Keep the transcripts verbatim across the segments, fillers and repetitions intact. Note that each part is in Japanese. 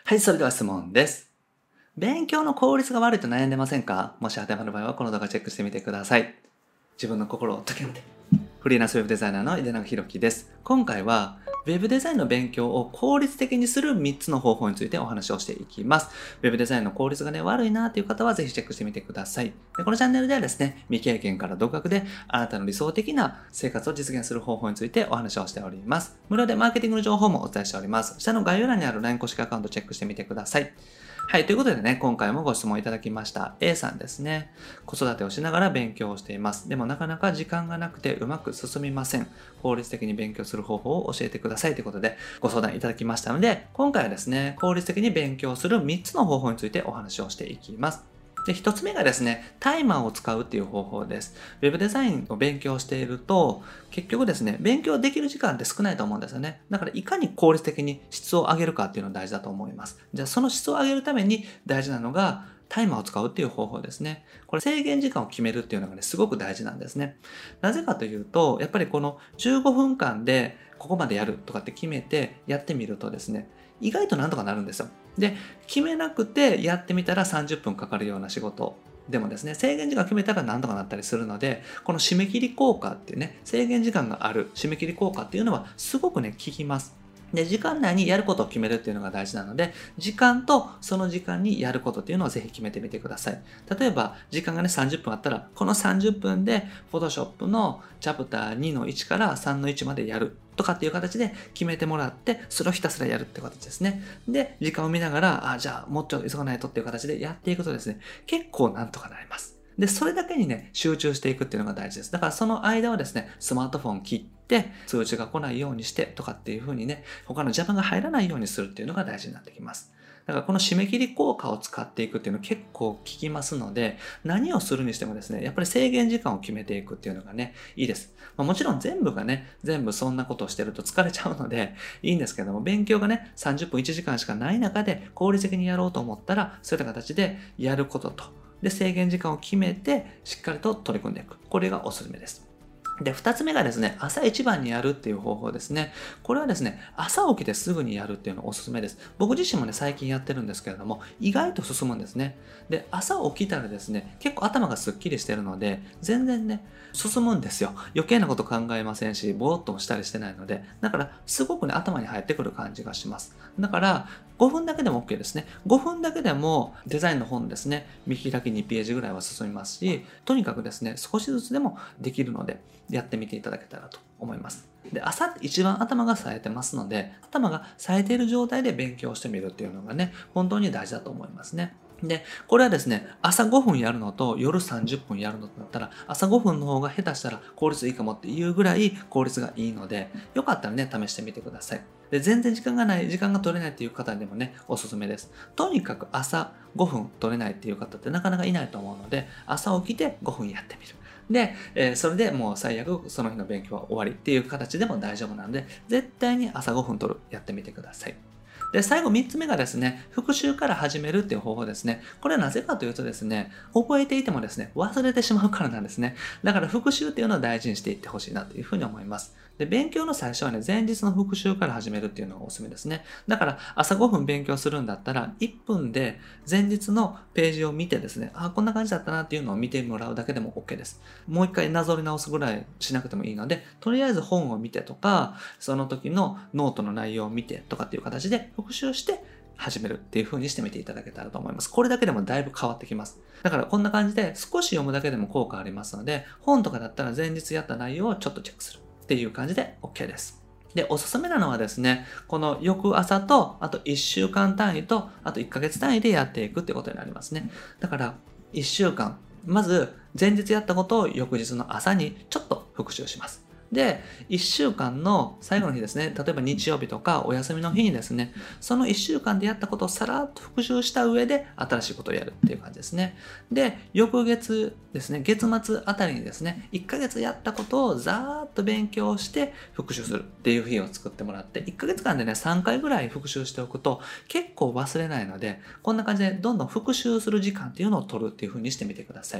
はい、それでは質問です。勉強の効率が悪いと悩んでませんか？もし当てはまる場合はこの動画チェックしてみてください。自分の心を解けて。フリーランスウェブデザイナーの井出永弘樹です。今回は Web デザインの勉強を効率的にするみっつの方法についてお話をしていきます。Web デザインの効率がね、悪いなという方はぜひチェックしてみてください。でこのチャンネルではですね、未経験から独学であなたの理想的な生活を実現する方法についてお話をしております。無料でマーケティングの情報もお伝えしております。下の概要欄にある ライン 公式アカウントチェックしてみてください。はい。ということでね、今回もご質問いただきました。A さんですね。子育てをしながら勉強をしています。でもなかなか時間がなくてうまく進みません。効率的に勉強する方法を教えてくださいということでご相談いただきましたので、今回はですね、効率的に勉強するみっつの方法についてお話をしていきます。で、一つ目がですね、タイマーを使うっていう方法です。ウェブデザインを勉強していると、結局ですね、勉強できる時間って少ないと思うんですよね。だからいかに効率的に質を上げるかっていうのが大事だと思います。じゃあその質を上げるために大事なのが、タイマーを使うっていう方法ですね。これ制限時間を決めるっていうのがね、すごく大事なんですね。なぜかというと、やっぱりこのじゅうごふんかんでここまでやるとかって決めてやってみるとですね、意外となんとかなるんですよ。で、決めなくてやってみたらさんじゅっぷんかかるような仕事でもですね、制限時間決めたらなんとかなったりするので、この締め切り効果っていうね、制限時間がある締め切り効果っていうのはすごくね、効きます。で、時間内にやることを決めるっていうのが大事なので、時間とその時間にやることっていうのをぜひ決めてみてください。例えば、時間がね、さんじゅっぷんあったら、このさんじゅっぷんで Photoshop のチャプターにのいちからさんのいちまでやるとかっていう形で決めてもらって、それをひたすらやるって形ですね。で、時間を見ながら、あ、じゃあもうちょっと急がないとっていう形でやっていくとですね、結構なんとかなります。で、それだけにね、集中していくっていうのが大事です。だからその間はですね、スマートフォン切って、通知が来ないようにしてとかっていう風にね、他の邪魔が入らないようにするっていうのが大事になってきます。だからこの締め切り効果を使っていくっていうの結構効きますので、何をするにしてもですね、やっぱり制限時間を決めていくっていうのがね、いいです。まあ、もちろん全部がね、全部そんなことをしてると疲れちゃうので、いいんですけども、勉強がね、さんじゅっぷんいちじかんしかない中で効率的にやろうと思ったら、そういった形でやることと、で、制限時間を決めて、しっかりと取り組んでいく。これがおすすめです。で、二つ目がですね、朝一番にやるっていう方法ですね。これはですね、朝起きてすぐにやるっていうのがおすすめです。僕自身もね、最近やってるんですけれども、意外と進むんですね。で、朝起きたらですね、結構頭がスッキリしてるので、全然ね、進むんですよ。余計なこと考えませんし、ぼーっともしたりしてないので、だから、すごくね、頭に入ってくる感じがします。だから、ごふんだけでも OK ですね。ごふんだけでもデザインの本ですね、見開きにページぐらいは進みますし、とにかくですね、少しずつでもできるので、やってみていただけたらと思います。で、朝って一番頭が冴えてますので、頭が冴えている状態で勉強してみるっていうのがね、本当に大事だと思いますね。で、これはですね、朝ごふんやるのと夜さんじゅっぷんやるのとなったら、朝ごふんの方が下手したら効率いいかもっていうぐらい効率がいいので、よかったらね、試してみてください。で、全然時間がない、時間が取れないっていう方でもね、おすすめです。とにかく朝ごふん取れないっていう方ってなかなかいないと思うので、朝起きてごふんやってみる。で、えーそれでもう最悪その日の勉強は終わりっていう形でも大丈夫なので、絶対に朝ごふん取る、やってみてください。で、最後みっつめがですね、復習から始めるっていう方法ですね。これはなぜかというとですね、覚えていてもですね、忘れてしまうからなんですね。だから復習っていうのを大事にしていってほしいなというふうに思います。で、勉強の最初はね、前日の復習から始めるっていうのがおすすめですね。だから朝ごふん勉強するんだったら、いっぷんで前日のページを見てですね、あ、こんな感じだったなっていうのを見てもらうだけでも OK です。もう一回なぞり直すぐらいしなくてもいいので、とりあえず本を見てとか、その時のノートの内容を見てとかっていう形で復習して始めるっていう風にしてみていただけたらと思います。これだけでもだいぶ変わってきます。だからこんな感じで少し読むだけでも効果ありますので、本とかだったら前日やった内容をちょっとチェックするっていう感じで OK です。で、おすすめなのはですね、この翌朝と、あといっしゅうかん単位と、あといっかげつ単位でやっていくってことになりますね。だから、いっしゅうかん、まず前日やったことを翌日の朝にちょっと復習します。で、いっしゅうかんの最後の日ですね、例えば日曜日とかお休みの日にですね、そのいっしゅうかんでやったことをさらっと復習した上で新しいことをやるっていう感じですね。で、翌月ですね、月末あたりにですね、いっかげつやったことをざーっと勉強して復習するっていう日を作ってもらって、いっかげつかんでね、さんかいぐらい復習しておくと結構忘れないので、こんな感じでどんどん復習する時間っていうのを取るっていう風にしてみてください。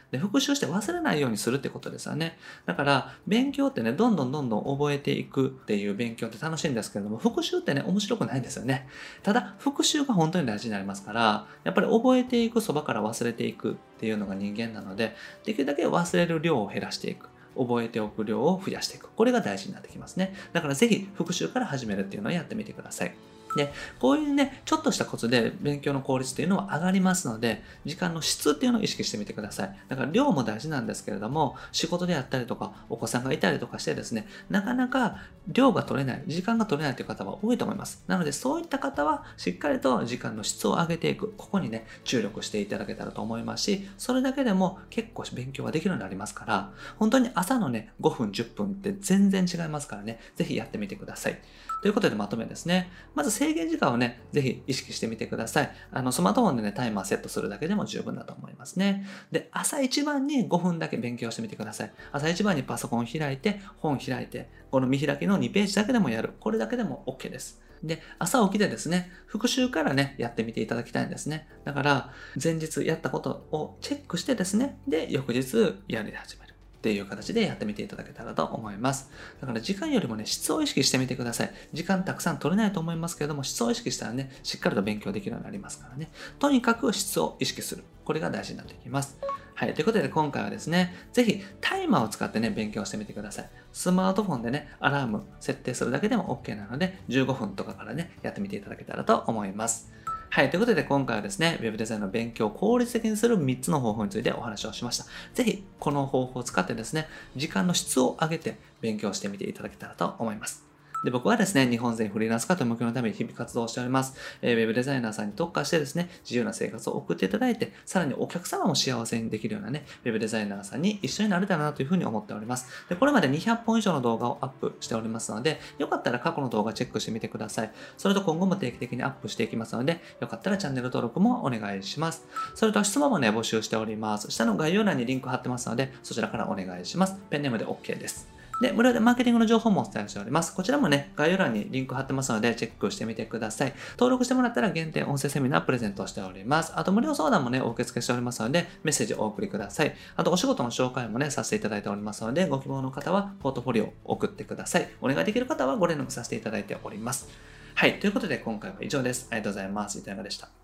で、復習して忘れないようにするってことですよね。だから、勉強ってね、どんどんどんどん覚えていくっていう勉強って楽しいんですけれども、復習ってね、面白くないんですよね。ただ、復習が本当に大事になりますから、やっぱり覚えていくそばから忘れていくっていうのが人間なので、できるだけ忘れる量を減らしていく。覚えておく量を増やしていく。これが大事になってきますね。だからぜひ復習から始めるっていうのをやってみてください。で、こういうね、ちょっとしたコツで勉強の効率っていうのは上がりますので、時間の質っていうのを意識してみてください。だから量も大事なんですけれども、仕事であったりとか、お子さんがいたりとかしてですね、なかなか量が取れない、時間が取れないという方は多いと思います。なので、そういった方はしっかりと時間の質を上げていく、ここにね、注力していただけたらと思いますし、それだけでも結構勉強ができるようになりますから、本当に朝のね、ごふん、じゅっぷんって全然違いますからね、ぜひやってみてください。ということでまとめですね。まず制限時間をね、ぜひ意識してみてください。あの、スマートフォンでね、タイマーセットするだけでも十分だと思いますね。で、朝一番にごふんだけ勉強してみてください。朝一番にパソコンを開いて、本開いて、この見開きのにページだけでもやる。これだけでも OK です。で、朝起きてですね、復習からね、やってみていただきたいんですね。だから、前日やったことをチェックしてですね、で、翌日やり始める。っていう形でやってみていただけたらと思います。だから時間よりもね、質を意識してみてください。時間たくさん取れないと思いますけれども、質を意識したらね、しっかりと勉強できるようになりますからね。とにかく質を意識する。これが大事になってきます。はい。ということで今回はですね、ぜひタイマーを使ってね、勉強してみてください。スマートフォンでね、アラーム設定するだけでも OK なので、じゅうごふんとかからね、やってみていただけたらと思います。はい。ということで今回はですね、Web デザインの勉強を効率的にするみっつの方法についてお話をしました。ぜひ、この方法を使ってですね、時間の質を上げて勉強してみていただけたらと思います。で、僕はですね、日本全フリーランス化という目標のために日々活動しております。えー、ウェブデザイナーさんに特化してですね、自由な生活を送っていただいて、さらにお客様も幸せにできるようなね、ウェブデザイナーさんに一緒になれたらなというふうに思っております。で、これまでにひゃっぽん以上の動画をアップしておりますので、よかったら過去の動画チェックしてみてください。それと今後も定期的にアップしていきますので、よかったらチャンネル登録もお願いします。それと質問もね、募集しております。下の概要欄にリンク貼ってますので、そちらからお願いします。ペンネームで OK です。で、無料でマーケティングの情報もお伝えしております。こちらもね、概要欄にリンク貼ってますので、チェックしてみてください。登録してもらったら限定音声セミナープレゼントしております。あと、無料相談もね、お受け付けしておりますので、メッセージをお送りください。あと、お仕事の紹介もね、させていただいておりますので、ご希望の方は、ポートフォリオを送ってください。お願いできる方はご連絡させていただいております。はい。ということで、今回は以上です。ありがとうございます。伊藤山でした。